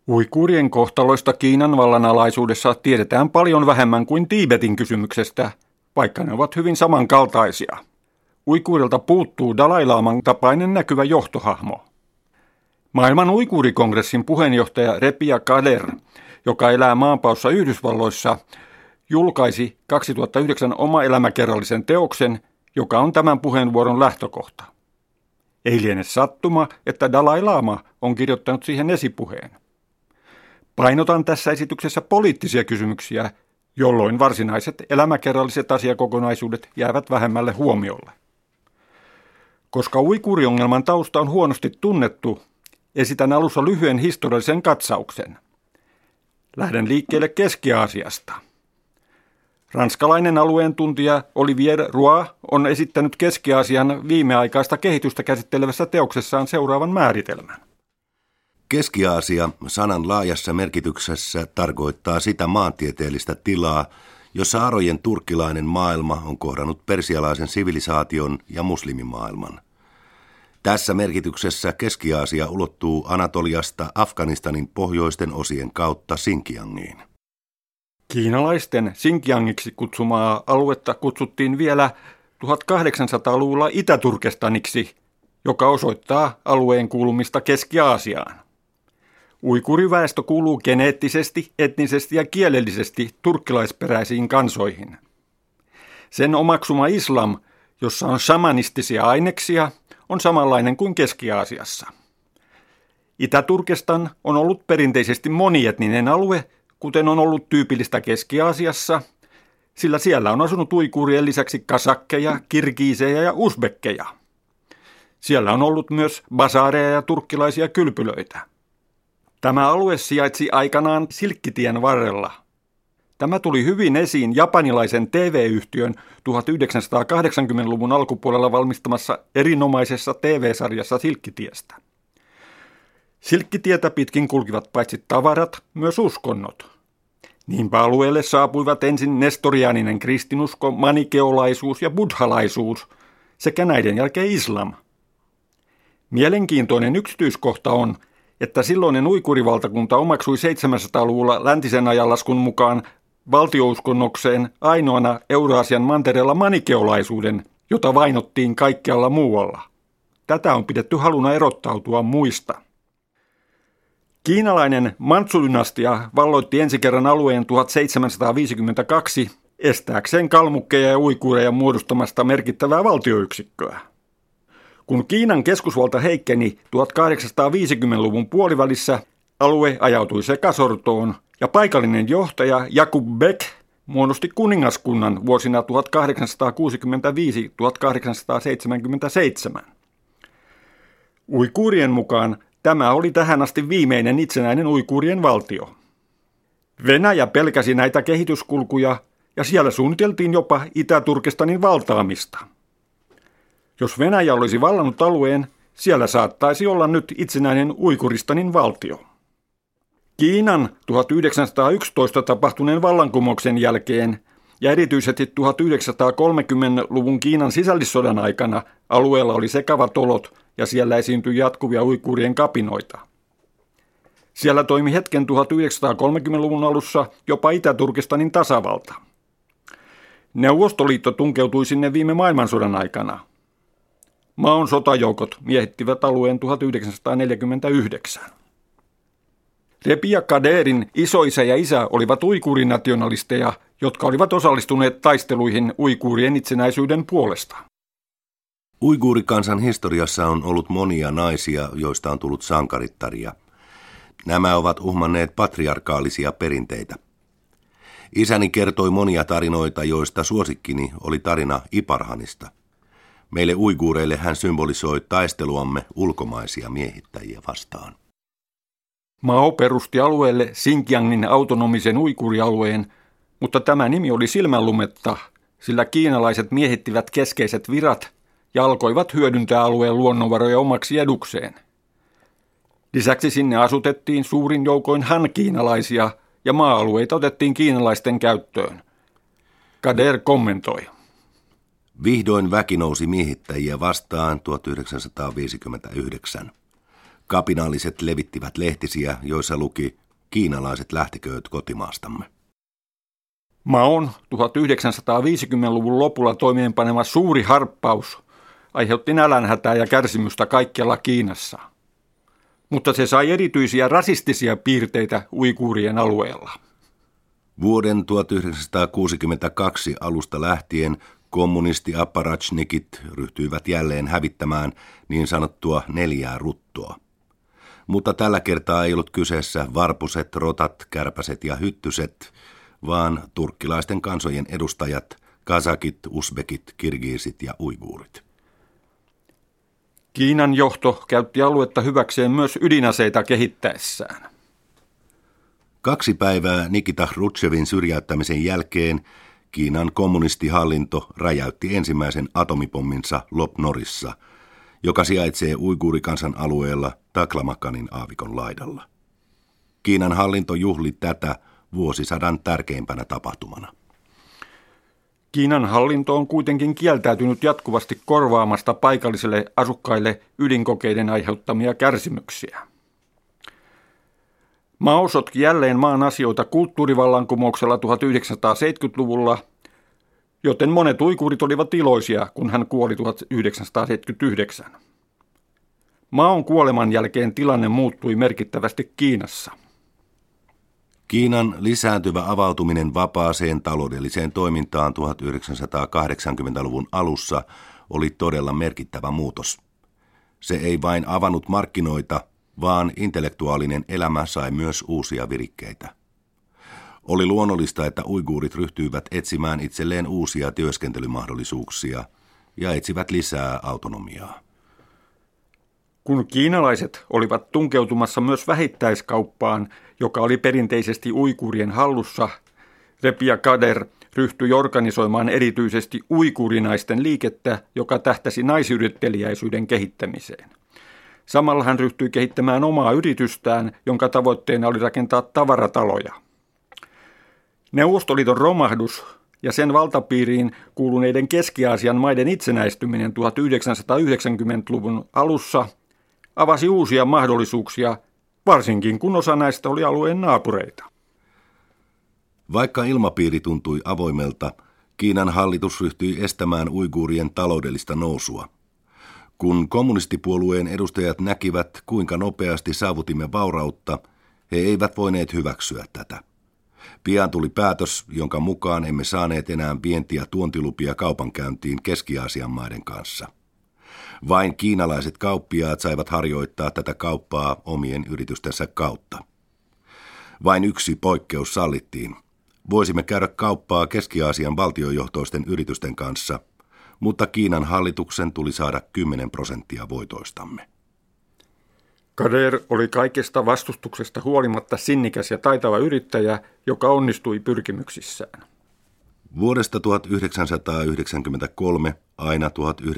Uiguurien kohtaloista Kiinan vallanalaisuudessa tiedetään paljon vähemmän kuin Tiibetin kysymyksestä, vaikka ne ovat hyvin samankaltaisia. Uiguurilta puuttuu Dalai Laman tapainen näkyvä johtohahmo. Maailman uiguurikongressin puheenjohtaja Repia Kader, joka elää maanpaossa Yhdysvalloissa, julkaisi 2009 oma-elämäkerrallisen teoksen, joka on tämän puheenvuoron lähtökohta. Ei liene sattuma, että Dalai Lama on kirjoittanut siihen esipuheen. Painotan tässä esityksessä poliittisia kysymyksiä, jolloin varsinaiset elämäkerralliset asiakokonaisuudet jäävät vähemmälle huomiolle. Koska uiguuriongelman tausta on huonosti tunnettu, esitän alussa lyhyen historiallisen katsauksen. Lähden liikkeelle Keski-Aasiasta. Ranskalainen alueen tuntija Olivier Roy on esittänyt Keski-Aasian viimeaikaista kehitystä käsittelevässä teoksessaan seuraavan määritelmän. Keski-Aasia sanan laajassa merkityksessä tarkoittaa sitä maantieteellistä tilaa, jossa arojen turkkilainen maailma on kohdannut persialaisen sivilisaation ja muslimimaailman. Tässä merkityksessä Keski-Aasia ulottuu Anatoliasta Afganistanin pohjoisten osien kautta Xinjiangiin. Kiinalaisten Xinjiangiksi kutsumaa aluetta kutsuttiin vielä 1800-luvulla Itä-Turkestaniksi, joka osoittaa alueen kuulumista Keski-Aasiaan. Uiguuriväestö kuuluu geneettisesti, etnisesti ja kielellisesti turkkilaisperäisiin kansoihin. Sen omaksuma islam, jossa on shamanistisia aineksia, on samanlainen kuin Keski-Aasiassa. Itä-Turkestan on ollut perinteisesti monietninen alue, kuten on ollut tyypillistä Keski-Aasiassa, sillä siellä on asunut uiguurien lisäksi kasakkeja, kirgiisejä ja usbekkeja. Siellä on ollut myös basaareja ja turkkilaisia kylpylöitä. Tämä alue sijaitsi aikanaan Silkkitien varrella. Tämä tuli hyvin esiin japanilaisen TV-yhtiön 1980-luvun alkupuolella valmistamassa erinomaisessa TV-sarjassa Silkkitiestä. Silkkitietä pitkin kulkivat paitsi tavarat, myös uskonnot. Niinpä alueelle saapuivat ensin nestoriaaninen kristinusko, manikeolaisuus ja buddhalaisuus sekä näiden jälkeen islam. Mielenkiintoinen yksityiskohta on, että silloinen uiguurivaltakunta omaksui 700-luvulla läntisen ajanlaskun mukaan valtiouskonnokseen ainoana Euraasian mantereella manikeolaisuuden, jota vainottiin kaikkialla muualla. Tätä on pidetty haluna erottautua muista. Kiinalainen Manchu-dynastia valloitti ensi kerran alueen 1752 estääkseen kalmukkeja ja uiguureja muodostamasta merkittävää valtioyksikköä. Kun Kiinan keskusvalta heikkeni 1850-luvun puolivälissä, alue ajautui sekasortoon ja paikallinen johtaja Jakub Bek muodosti kuningaskunnan vuosina 1865–1877. Uiguurien mukaan tämä oli tähän asti viimeinen itsenäinen uiguurien valtio. Venäjä pelkäsi näitä kehityskulkuja ja siellä suunniteltiin jopa Itä-Turkestanin valtaamista. Jos Venäjä olisi vallannut alueen, siellä saattaisi olla nyt itsenäinen Uiguristanin valtio. Kiinan 1911 tapahtuneen vallankumouksen jälkeen ja erityisesti 1930-luvun Kiinan sisällissodan aikana alueella oli sekavat olot ja siellä esiintyi jatkuvia uiguurien kapinoita. Siellä toimi hetken 1930-luvun alussa jopa Itä-Turkestanin tasavalta. Neuvostoliitto tunkeutui sinne viime maailmansodan aikana. Maon sotajoukot miehittivät alueen 1949. Repia Kaderin isoisä ja isä olivat uiguurinationalisteja, jotka olivat osallistuneet taisteluihin uiguurien itsenäisyyden puolesta. Uiguurikansan historiassa on ollut monia naisia, joista on tullut sankarittaria. Nämä ovat uhmanneet patriarkaalisia perinteitä. Isäni kertoi monia tarinoita, joista suosikkini oli tarina Iparhanista. Meille uiguureille hän symbolisoi taisteluamme ulkomaisia miehittäjiä vastaan. Mao perusti alueelle Xinjiangin autonomisen uiguurialueen, mutta tämä nimi oli silmänlumetta, sillä kiinalaiset miehittivät keskeiset virat ja alkoivat hyödyntää alueen luonnonvaroja omaksi edukseen. Lisäksi sinne asutettiin suurin joukoin han-kiinalaisia ja maa-alueita otettiin kiinalaisten käyttöön. Kader kommentoi. Vihdoin väki nousi miehittäjiä vastaan 1959. Kapinalliset levittivät lehtisiä, joissa luki "Kiinalaiset lähtekööt kotimaastamme". Maon 1950-luvun lopulla toimeenpanema suuri harppaus aiheutti nälänhätää ja kärsimystä kaikkialla Kiinassa. Mutta se sai erityisiä rasistisia piirteitä uiguurien alueella. Vuoden 1962 alusta lähtien kommunisti-apparatschnikit ryhtyivät jälleen hävittämään niin sanottua 4 ruttoa. Mutta tällä kertaa ei ollut kyseessä varpuset, rotat, kärpäset ja hyttyset, vaan turkkilaisten kansojen edustajat, kazakit, usbekit, kirgiisit ja uiguurit. Kiinan johto käytti aluetta hyväkseen myös ydinaseita kehittäessään. 2 päivää Nikita Hrutševin syrjäyttämisen jälkeen Kiinan kommunistihallinto räjäytti ensimmäisen atomipomminsa Lop-Norissa, joka sijaitsee uiguurikansan alueella Taklamakanin aavikon laidalla. Kiinan hallinto juhli tätä vuosisadan tärkeimpänä tapahtumana. Kiinan hallinto on kuitenkin kieltäytynyt jatkuvasti korvaamasta paikallisille asukkaille ydinkokeiden aiheuttamia kärsimyksiä. Mao sotki jälleen maan asioita kulttuurivallankumouksella 1970-luvulla, joten monet uiguurit olivat iloisia, kun hän kuoli 1979. Maon kuoleman jälkeen tilanne muuttui merkittävästi Kiinassa. Kiinan lisääntyvä avautuminen vapaaseen taloudelliseen toimintaan 1980-luvun alussa oli todella merkittävä muutos. Se ei vain avannut markkinoita, vaan intellektuaalinen elämä sai myös uusia virikkeitä. Oli luonnollista, että uiguurit ryhtyivät etsimään itselleen uusia työskentelymahdollisuuksia ja etsivät lisää autonomiaa. Kun kiinalaiset olivat tunkeutumassa myös vähittäiskauppaan, joka oli perinteisesti uiguurien hallussa, Repia Kader ryhtyi organisoimaan erityisesti uiguurinaisten liikettä, joka tähtäsi naisyritteliäisyyden kehittämiseen. Samalla hän ryhtyi kehittämään omaa yritystään, jonka tavoitteena oli rakentaa tavarataloja. Neuvostoliiton romahdus ja sen valtapiiriin kuuluneiden Keski-Aasian maiden itsenäistyminen 1990-luvun alussa avasi uusia mahdollisuuksia, varsinkin kun osa näistä oli alueen naapureita. Vaikka ilmapiiri tuntui avoimelta, Kiinan hallitus ryhtyi estämään uiguurien taloudellista nousua. Kun kommunistipuolueen edustajat näkivät, kuinka nopeasti saavutimme vaurautta, he eivät voineet hyväksyä tätä. Pian tuli päätös, jonka mukaan emme saaneet enää vienti- ja tuontilupia kaupankäyntiin Keski-Aasian maiden kanssa. Vain kiinalaiset kauppiaat saivat harjoittaa tätä kauppaa omien yritystensä kautta. Vain yksi poikkeus sallittiin. Voisimme käydä kauppaa Keski-Aasian valtiojohtoisten yritysten kanssa, mutta Kiinan hallituksen tuli saada 10% voitoistamme. Kader oli kaikesta vastustuksesta huolimatta sinnikäs ja taitava yrittäjä, joka onnistui pyrkimyksissään. Vuodesta 1993 aina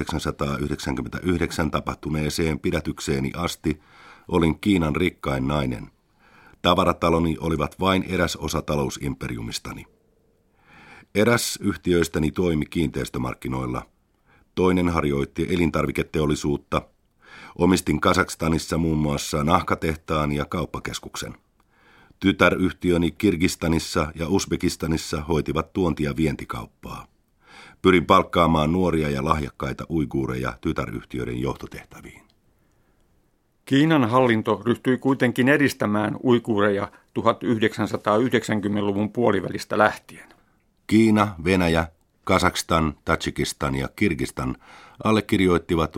1999 tapahtuneeseen pidätykseeni asti olin Kiinan rikkain nainen. Tavarataloni olivat vain eräs osa talousimperiumistani. Eräs yhtiöistäni toimi kiinteistömarkkinoilla. Toinen harjoitti elintarviketeollisuutta. Omistin Kazakstanissa muun muassa nahkatehtaan ja kauppakeskuksen. Tytäryhtiöni Kirgistanissa ja Uzbekistanissa hoitivat tuonti- ja vientikauppaa. Pyrin palkkaamaan nuoria ja lahjakkaita uiguureja tytäryhtiöiden johtotehtäviin. Kiinan hallinto ryhtyi kuitenkin edistämään uiguureja 1990-luvun puolivälistä lähtien. Kiina, Venäjä, Kazakstan, Tadžikistan ja Kirgistan allekirjoittivat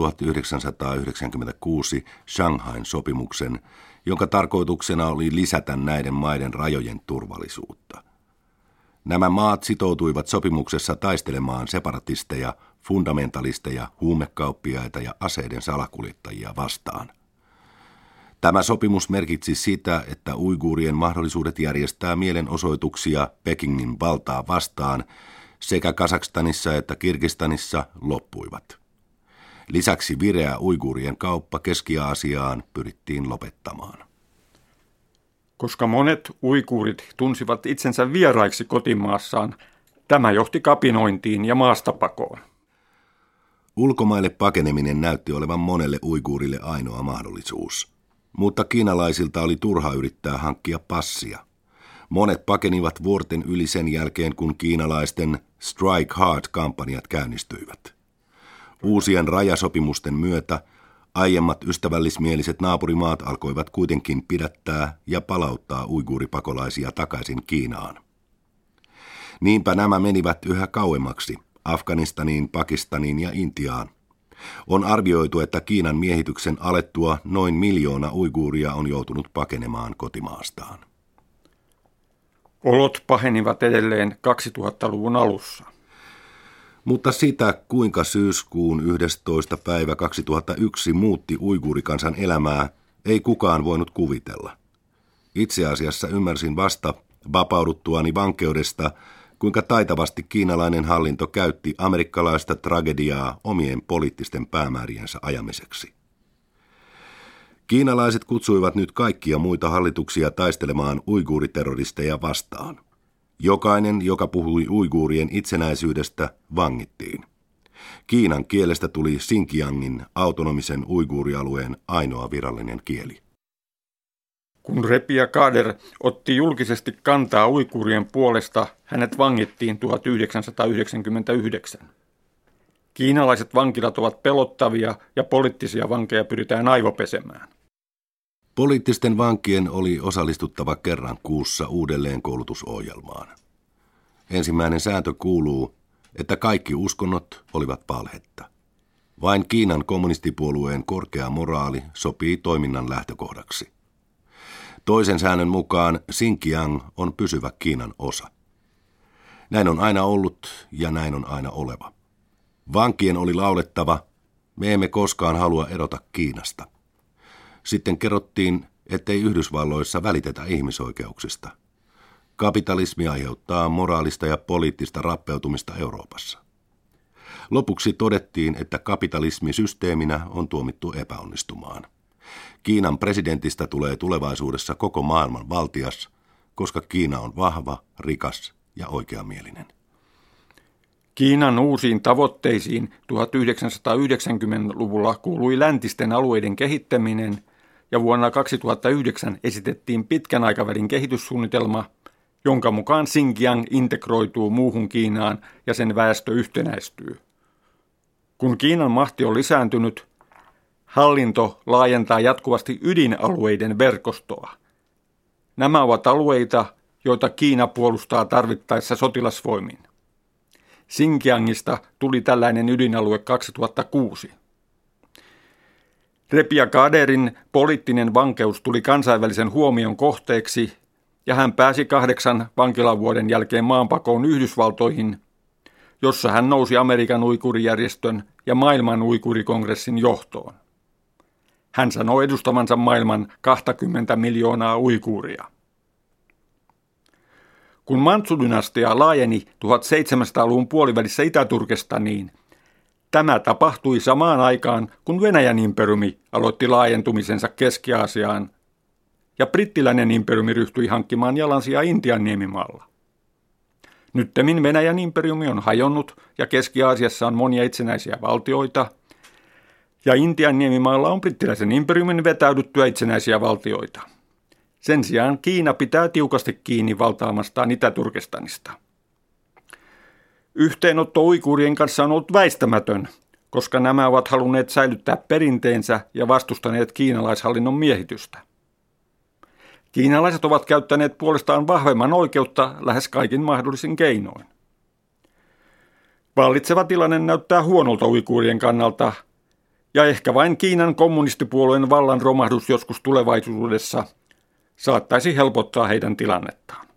1996 Shanghain sopimuksen, jonka tarkoituksena oli lisätä näiden maiden rajojen turvallisuutta. Nämä maat sitoutuivat sopimuksessa taistelemaan separatisteja, fundamentalisteja, huumekauppiaita ja aseiden salakuljettajia vastaan. Tämä sopimus merkitsi sitä, että uiguurien mahdollisuudet järjestää mielenosoituksia Pekingin valtaa vastaan sekä Kazakstanissa että Kirgistanissa loppuivat. Lisäksi vireä uiguurien kauppa Keski-Aasiaan pyrittiin lopettamaan. Koska monet uiguurit tunsivat itsensä vieraiksi kotimaassaan, tämä johti kapinointiin ja maastapakoon. Ulkomaille pakeneminen näytti olevan monelle uiguurille ainoa mahdollisuus. Mutta kiinalaisilta oli turha yrittää hankkia passia. Monet pakenivat vuorten yli sen jälkeen, kun kiinalaisten Strike Hard-kampanjat käynnistyivät. Uusien rajasopimusten myötä aiemmat ystävällismieliset naapurimaat alkoivat kuitenkin pidättää ja palauttaa uiguuripakolaisia takaisin Kiinaan. Niinpä nämä menivät yhä kauemmaksi, Afganistaniin, Pakistaniin ja Intiaan. On arvioitu, että Kiinan miehityksen alettua noin 1 miljoona uiguuria on joutunut pakenemaan kotimaastaan. Olot pahenivat edelleen 2000-luvun alussa. Mutta sitä, kuinka syyskuun 11. päivä 2001 muutti uiguurikansan elämää, ei kukaan voinut kuvitella. Itse asiassa ymmärsin vasta vapauduttuani vankeudesta, kuinka taitavasti kiinalainen hallinto käytti amerikkalaista tragediaa omien poliittisten päämääriensä ajamiseksi. Kiinalaiset kutsuivat nyt kaikkia muita hallituksia taistelemaan uiguuriterroristeja vastaan. Jokainen, joka puhui uiguurien itsenäisyydestä, vangittiin. Kiinan kielestä tuli Xinjiangin autonomisen uiguurialueen ainoa virallinen kieli. Kun Repia Kader otti julkisesti kantaa uiguurien puolesta, hänet vangittiin 1999. Kiinalaiset vankilat ovat pelottavia ja poliittisia vankeja pyritään aivopesemään. Poliittisten vankien oli osallistuttava kerran kuussa uudelleen koulutusohjelmaan. Ensimmäinen sääntö kuuluu, että kaikki uskonnot olivat valhetta. Vain Kiinan kommunistipuolueen korkea moraali sopii toiminnan lähtökohdaksi. Toisen säännön mukaan Xinjiang on pysyvä Kiinan osa. Näin on aina ollut ja näin on aina oleva. Vankien oli laulettava, me emme koskaan halua erota Kiinasta. Sitten kerrottiin, ettei Yhdysvalloissa välitetä ihmisoikeuksista. Kapitalismi aiheuttaa moraalista ja poliittista rappeutumista Euroopassa. Lopuksi todettiin, että kapitalismi systeeminä on tuomittu epäonnistumaan. Kiinan presidentistä tulee tulevaisuudessa koko maailman valtias, koska Kiina on vahva, rikas ja oikeamielinen. Kiinan uusiin tavoitteisiin 1990-luvulla kuului läntisten alueiden kehittäminen ja vuonna 2009 esitettiin pitkän aikavälin kehityssuunnitelma, jonka mukaan Xinjiang integroituu muuhun Kiinaan ja sen väestö yhtenäistyy. Kun Kiinan mahti on lisääntynyt, hallinto laajentaa jatkuvasti ydinalueiden verkostoa. Nämä ovat alueita, joita Kiina puolustaa tarvittaessa sotilasvoimin. Xinjiangista tuli tällainen ydinalue 2006. Repia Kaderin poliittinen vankeus tuli kansainvälisen huomion kohteeksi ja hän pääsi 8 vankilavuoden jälkeen maanpakoon Yhdysvaltoihin, jossa hän nousi Amerikan uiguurijärjestön ja maailman uiguurikongressin johtoon. Hän sanoi edustamansa maailman 20 miljoonaa uiguuria. Kun Mantsu-dynastia laajeni 1700-luvun puolivälissä Itä-Turkestaniin, tämä tapahtui samaan aikaan, kun Venäjän imperiumi aloitti laajentumisensa Keski-Aasiaan ja brittiläinen imperiumi ryhtyi hankkimaan jalansijaa Intian niemimaalla. Nyttemmin Venäjän imperiumi on hajonnut ja Keski-Aasiassa on monia itsenäisiä valtioita ja Intian niemimaalla on brittiläisen imperiumin vetäydyttyä itsenäisiä valtioita. Sen sijaan Kiina pitää tiukasti kiinni valtaamastaan Itä-Turkestanista. Yhteenotto uiguurien kanssa on ollut väistämätön, koska nämä ovat halunneet säilyttää perinteensä ja vastustaneet kiinalaishallinnon miehitystä. Kiinalaiset ovat käyttäneet puolestaan vahvemman oikeutta lähes kaikin mahdollisin keinoin. Vallitseva tilanne näyttää huonolta uiguurien kannalta, ja ehkä vain Kiinan kommunistipuolueen vallan romahdus joskus tulevaisuudessa saattaisi helpottaa heidän tilannettaan.